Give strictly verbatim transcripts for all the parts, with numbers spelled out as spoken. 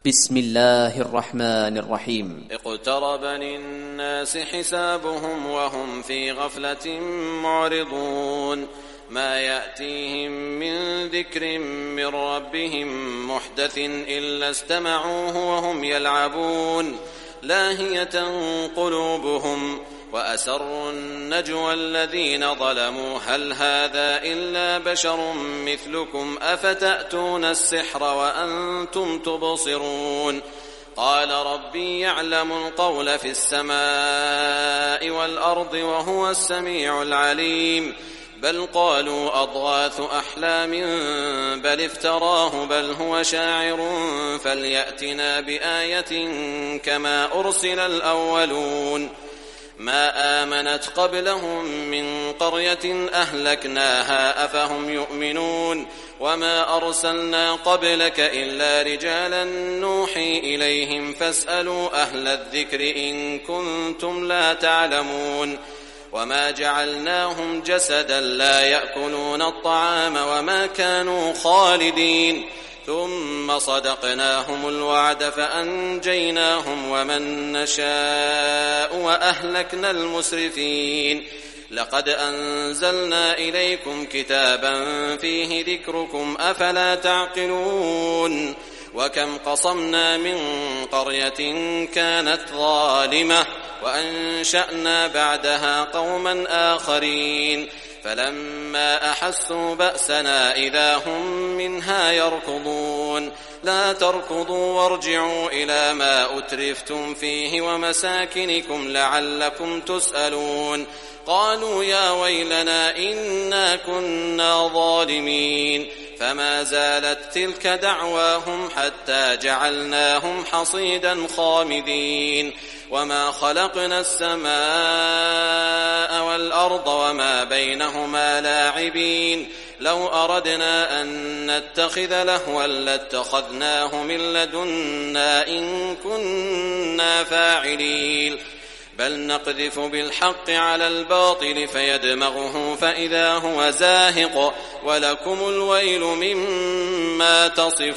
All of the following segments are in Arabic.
بسم الله الرحمن الرحيم. اقترب للناس حسابهم وهم في غفلة معرضون ما يأتيهم من ذكر من ربهم محدث إلا استمعوه وهم يلعبون لاهية قلوبهم وأسروا النجوى الذين ظلموا هل هذا إلا بشر مثلكم أفتأتون السحر وأنتم تبصرون قال ربي يعلم القول في السماء والأرض وهو السميع العليم بل قالوا أضغاث أحلام بل افتراه بل هو شاعر فليأتنا بآية كما أرسل الأولون ما آمنت قبلهم من قرية أهلكناها أفهم يؤمنون وما أرسلنا قبلك إلا رجالا نوحي إليهم فاسألوا أهل الذكر إن كنتم لا تعلمون وما جعلناهم جسدا لا يأكلون الطعام وما كانوا خالدين ثم صدقناهم الوعد فأنجيناهم ومن نشاء وأهلكنا المسرفين لقد أنزلنا إليكم كتابا فيه ذكركم أفلا تعقلون وكم قصمنا من قرية كانت ظالمة وأنشأنا بعدها قوما آخرين فلما أحسوا بأسنا إذا هم منها يركضون لا تركضوا وارجعوا إلى ما أترفتم فيه ومساكنكم لعلكم تسألون قالوا يا ويلنا إنا كنا ظالمين فما زالت تلك دعواهم حتى جعلناهم حصيدا خامدين وما خلقنا السماء والأرض وما بينهما لاعبين لو أردنا أن نتخذ لهوا لاتخذناه من لدنا إن كنا فاعلين بل نقذف بالحق على الباطل فيدمغه فإذا هو زاهق ولكم الويل مما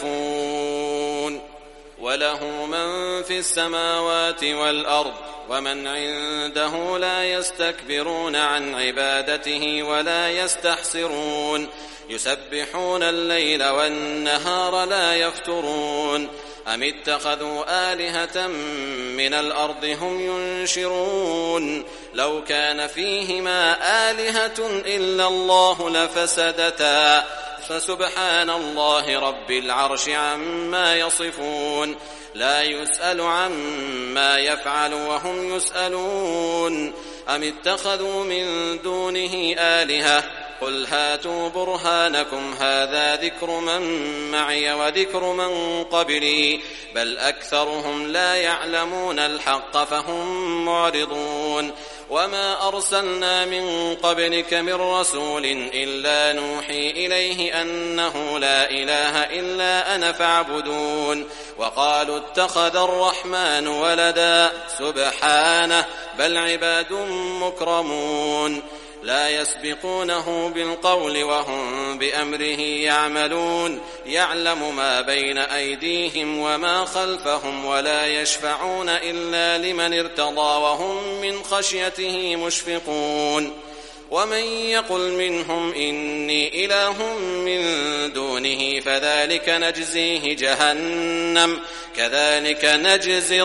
تصفون وله من في السماوات والأرض ومن عنده لا يستكبرون عن عبادته ولا يستحسرون يسبحون الليل والنهار لا يفترون أم اتخذوا آلهة من الأرض هم ينشرون لو كان فيهما آلهة إلا الله لفسدتا فسبحان الله رب العرش عما يصفون لا يسأل عما يفعل وهم يسألون أم اتخذوا من دونه آلهة قل هاتوا برهانكم هذا ذكر من معي وذكر من قبلي بل أكثرهم لا يعلمون الحق فهم معرضون وما أرسلنا من قبلك من رسول إلا نوحي إليه أنه لا إله إلا أنا فاعبدون وقالوا اتخذ الرحمن ولدا سبحانه بل عباد مكرمون لا يسبقونه بالقول وهم بأمره يعملون يعلم ما بين أيديهم وما خلفهم ولا يشفعون إلا لمن ارتضى وهم من خشيته مشفقون ومن يقل منهم إني إله من دونه فذلك نجزيه جهنم كذلك نجزي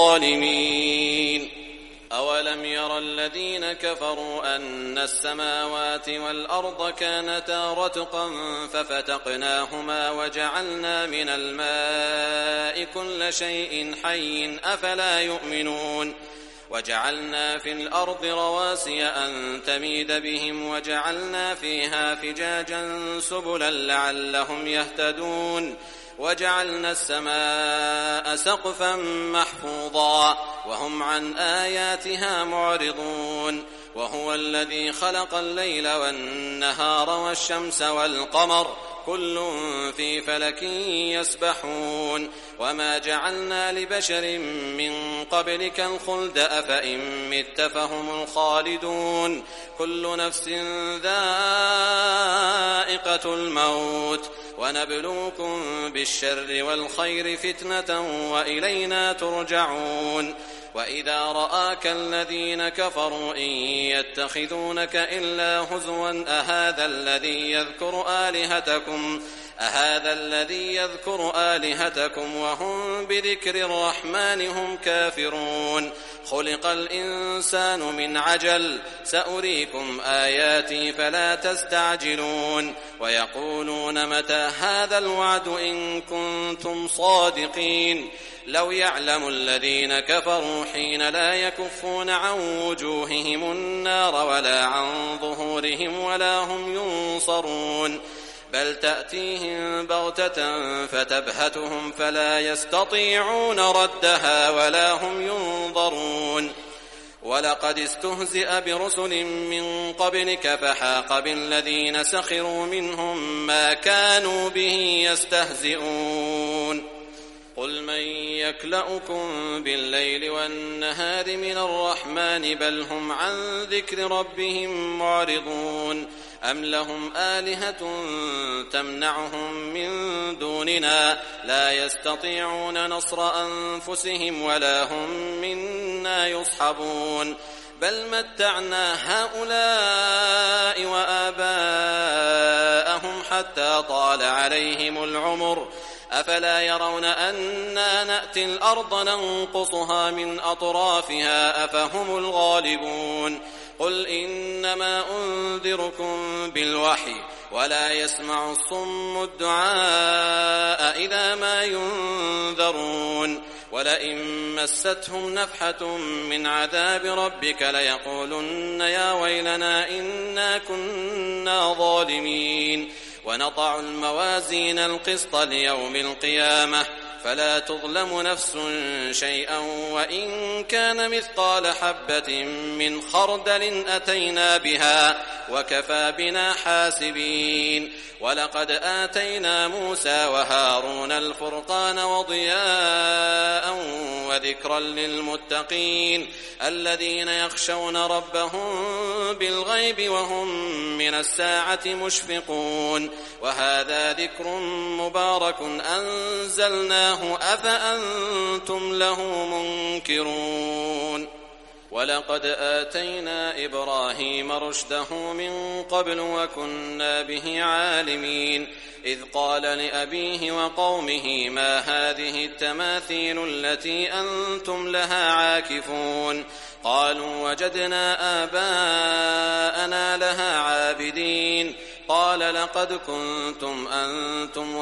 الظالمين أولم ير الذين كفروا أن السماوات والأرض كانتا رتقا ففتقناهما وجعلنا من الماء كل شيء حي أفلا يؤمنون وجعلنا في الأرض رواسي أن تميد بهم وجعلنا فيها فجاجا سبلا لعلهم يهتدون وجعلنا السماء سقفا محفوظا وهم عن آياتها معرضون وهو الذي خلق الليل والنهار والشمس والقمر كل في فلك يسبحون وما جعلنا لبشر من قبلك الخلد أفإن مت فهم الخالدون كل نفس ذائقة الموت ونبلوكم بالشر والخير فتنة وإلينا ترجعون وإذا رآك الذين كفروا إن يتخذونك إلا هزوا أهذا الذي يذكر آلهتكم أهذا الذي يذكر آلهتكم وهم بذكر الرحمن هم كافرون خلق الإنسان من عجل سأريكم آياتي فلا تستعجلون ويقولون متى هذا الوعد إن كنتم صادقين لو يعلم الذين كفروا حين لا يكفون عن وجوههم النار ولا عن ظهورهم ولا هم ينصرون بل تأتيهم بغتة فتبهتهم فلا يستطيعون ردها ولا هم ينظرون ولقد استهزئ برسل من قبلك فحاق بالذين سخروا منهم ما كانوا به يستهزئون قل من يكلؤكم بالليل والنهار من الرحمن بل هم عن ذكر ربهم معرضون أم لهم آلهة تمنعهم من دوننا لا يستطيعون نصر أنفسهم ولا هم منا يصحبون بل متعنا هؤلاء وآباءهم حتى طال عليهم العمر أفلا يرون أنا نأتي الأرض ننقصها من أطرافها أفهم الغالبون قل إنما أنذركم بالوحي ولا يسمع الصم الدعاء إذا ما ينذرون ولئن مستهم نفحة من عذاب ربك ليقولن يا ويلنا إنا كنا ظالمين ونضع الموازين القسط ليوم القيامة فلا تظلم نفس شيئا وإن كان مثقال حبة من خردل أتينا بها وكفى بنا حاسبين ولقد آتينا موسى وهارون الفرقان وضياء وذكرا للمتقين الذين يخشون ربهم بالغيب وهم من الساعة مشفقون وهذا ذكر مبارك أنزلناه أفأنتم له منكرون ولقد آتينا إبراهيم رشده من قبل وكنا به عالمين إذ قال لأبيه وقومه ما هذه التماثيل التي أنتم لها عاكفون قالوا وجدنا آباءنا لها عابدين قال لقد كنتم أنتم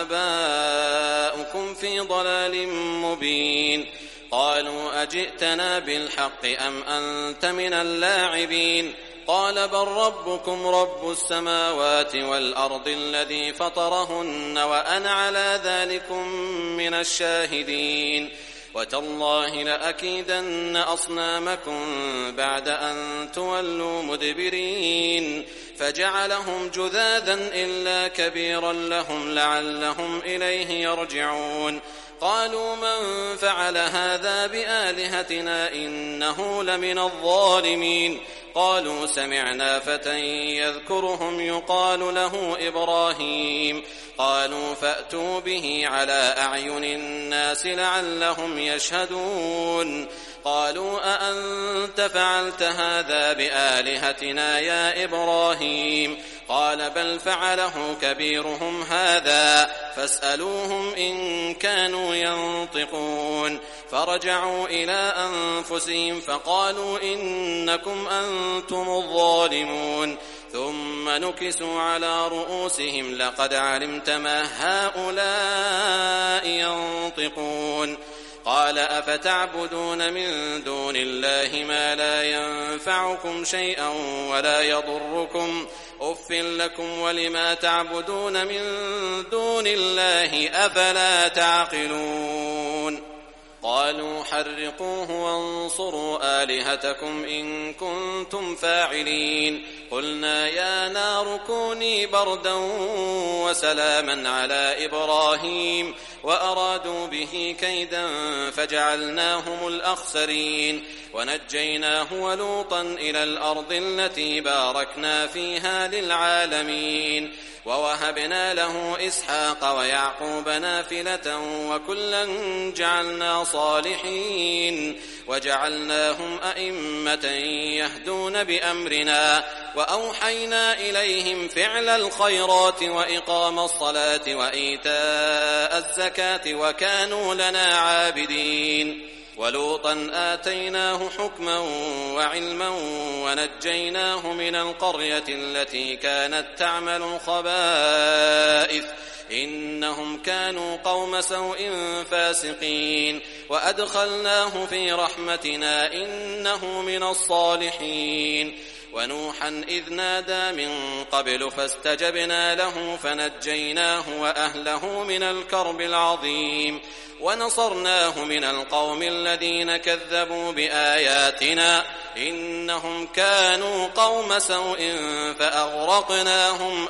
وآباؤكم في ضلال مبين قالوا أجئتنا بالحق أم أنت من اللاعبين قال بل ربكم رب السماوات والأرض الذي فطرهن وأنا على ذلكم من الشاهدين وتالله لأكيدن أصنامكم بعد أن تولوا مدبرين فجعلهم جذاذا إلا كبيرا لهم لعلهم إليه يرجعون قالوا من فعل هذا بآلهتنا إنه لمن الظالمين قالوا سمعنا فتى يذكرهم يقال له إبراهيم قالوا فأتوا به على أعين الناس لعلهم يشهدون قالوا أأنت فعلت هذا بآلهتنا يا إبراهيم قال بل فعله كبيرهم هذا فاسألوهم إن كانوا ينطقون فرجعوا إلى أنفسهم فقالوا إنكم أنتم الظالمون ثم نكسوا على رؤوسهم لقد علمت ما هؤلاء ينطقون قال أفتعبدون من دون الله ما لا ينفعكم شيئا ولا يضركم أف لكم ولما تعبدون من دون الله أفلا تعقلون قالوا حرقوه وانصروا آلهتكم إن كنتم فاعلين قلنا يا نار كوني بردا وسلاما على إبراهيم وأرادوا به كيدا فجعلناهم الأخسرين ونجيناه ولوطا إلى الأرض التي باركنا فيها للعالمين ووهبنا له إسحاق ويعقوب نافلة وكلا جعلنا صالحين وجعلناهم أئمة يهدون بأمرنا وأوحينا إليهم فعل الخيرات وإقام الصلاة وإيتاء الزكاة وكانوا لنا عابدين ولوطا آتيناه حكما وعلما ونجيناه من القرية التي كانت تعمل الخبائث إنهم كانوا قوم سوء فاسقين وأدخلناه في رحمتنا إنه من الصالحين ونوحا إذ نادى من قبل فاستجبنا له فنجيناه وأهله من الكرب العظيم ونصرناه من القوم الذين كذبوا بآياتنا إنهم كانوا قوم سوء فأغرقناهم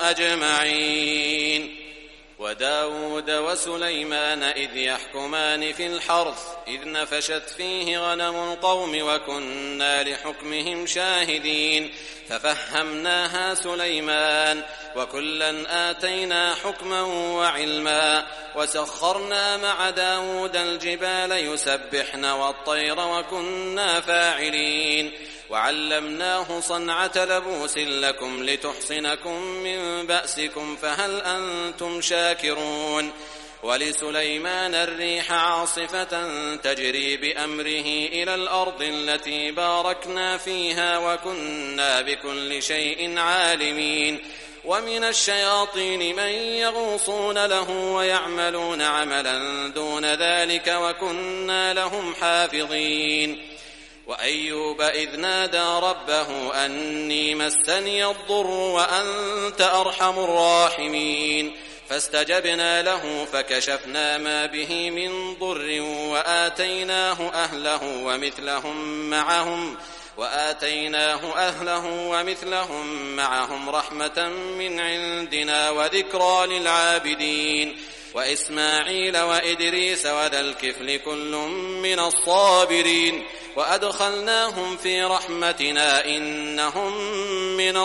أجمعين وداود وسليمان إذ يحكمان في الحرث إذ نفشت فيه غنم القوم وكنا لحكمهم شاهدين ففهمناها سليمان وكلا آتينا حكما وعلما وسخرنا مع داود الجبال يسبحن والطير وكنا فاعلين وعلمناه صنعة لبوس لكم لتحصنكم من بأسكم فهل أنتم شاكرون ولسليمان الريح عاصفة تجري بأمره إلى الأرض التي باركنا فيها وكنا بكل شيء عالمين ومن الشياطين من يغوصون له ويعملون عملا دون ذلك وكنا لهم حافظين وأيوب إذ نادى ربه أني مسني الضر وأنت أرحم الراحمين فاستجبنا له فكشفنا ما به من ضر وآتيناه أهله ومثلهم معهم وآتيناه أهله ومثلهم معهم رحمة من عندنا وذكرى للعابدين وإسماعيل وإدريس وذا الكفل كل من الصابرين وأدخلناهم في رحمتنا إنهم من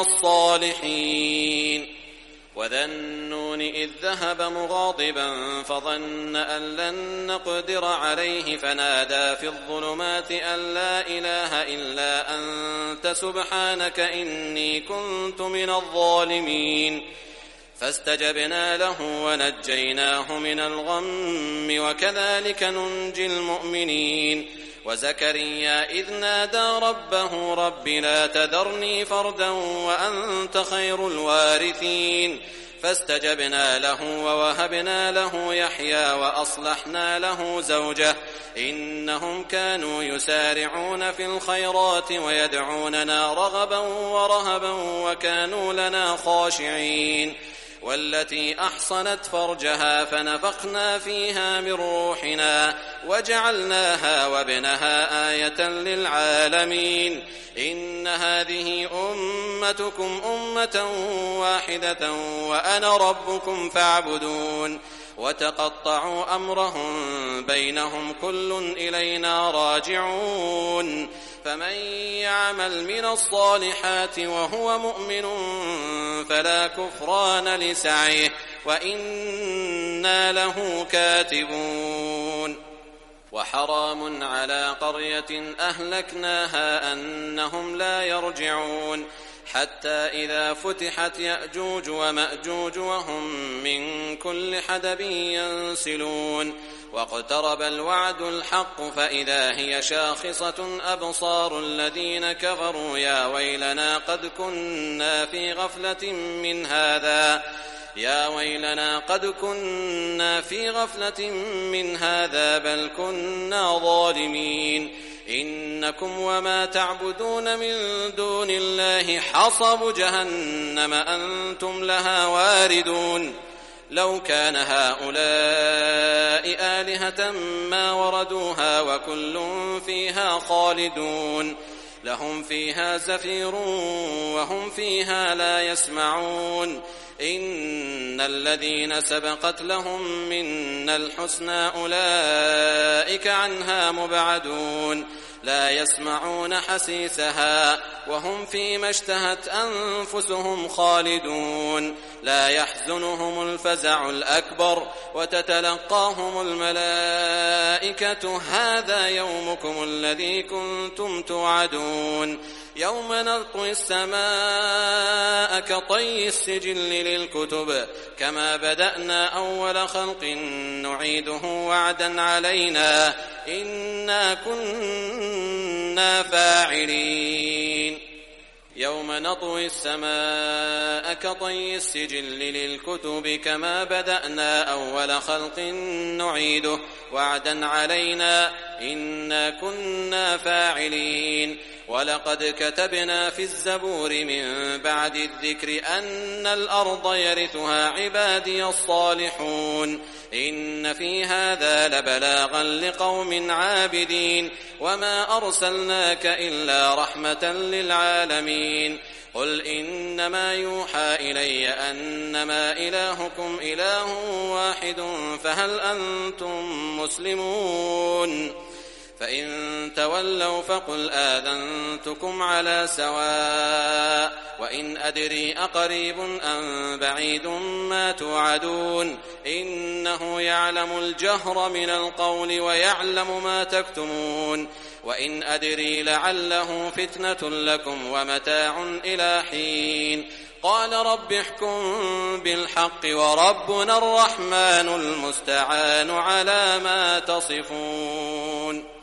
الصالحين وذا النون إذ ذهب مغاضبا فظن أن لن نقدر عليه فنادى في الظلمات أن لا إله إلا أنت سبحانك إني كنت من الظالمين فاستجبنا له ونجيناه من الغم وكذلك ننجي المؤمنين وزكريا إذ نادى ربه رب لا تذرني فردا وأنت خير الوارثين فاستجبنا له ووهبنا له يحيى وأصلحنا له زوجه إنهم كانوا يسارعون في الخيرات ويدعوننا رغبا ورهبا وكانوا لنا خاشعين والتي أحصنت فرجها فنفخنا فيها من روحنا وجعلناها وابنها آية للعالمين إن هذه أمتكم أمة واحدة وأنا ربكم فاعبدون وتقطعوا أمرهم بينهم كل إلينا راجعون فمن يعمل من الصالحات وهو مؤمن فلا كفران لسعيه وإنا له كاتبون وحرام على قرية أهلكناها أنهم لا يرجعون حتى إذا فتحت يأجوج ومأجوج وهم من كل حدب ينسلون واقترب الوعد الحق فإذا هي شاخصة أبصار الذين كفروا يا ويلنا قد كنا في غفلة من هذا يا ويلنا قد كنا في غفلة من هذا بل كنا ظالمين إنكم وما تعبدون من دون الله حصب جهنم أنتم لها واردون لو كان هؤلاء آلهة ما وردوها وكل فيها خالدون لهم فيها زفير وهم فيها لا يسمعون إن الذين سبقت لهم منا الحسنى أولئك عنها مبعدون لا يسمعون حسيسها وهم فيما اشتهت أنفسهم خالدون لا يحزنهم الفزع الأكبر وتتلقاهم الملائكة هذا يومكم الذي كنتم توعدون يوم نطوي السماء كطي السجل للكتب كما بدأنا أول خلق نعيده وعدا علينا إنا كنا فاعلين يوم نطوي السماء كطي السجل للكتب كما بدأنا أول خلق نعيده وعدا علينا إنا كنا فاعلين ولقد كتبنا في الزبور من بعد الذكر أن الأرض يرثها عبادي الصالحون إن في هذا لبلاغا لقوم عابدين وما أرسلناك إلا رحمة للعالمين قل إنما يوحى إلي أنما إلهكم إله واحد فهل أنتم مسلمون فإن تولوا فقل آذنتكم على سواء وإن أدري أقريب أم بعيد ما توعدون إنه يعلم الجهر من القول ويعلم ما تكتمون وإن أدري لعله فتنة لكم ومتاع إلى حين قال رب احكم بالحق وربنا الرحمن المستعان على ما تصفون.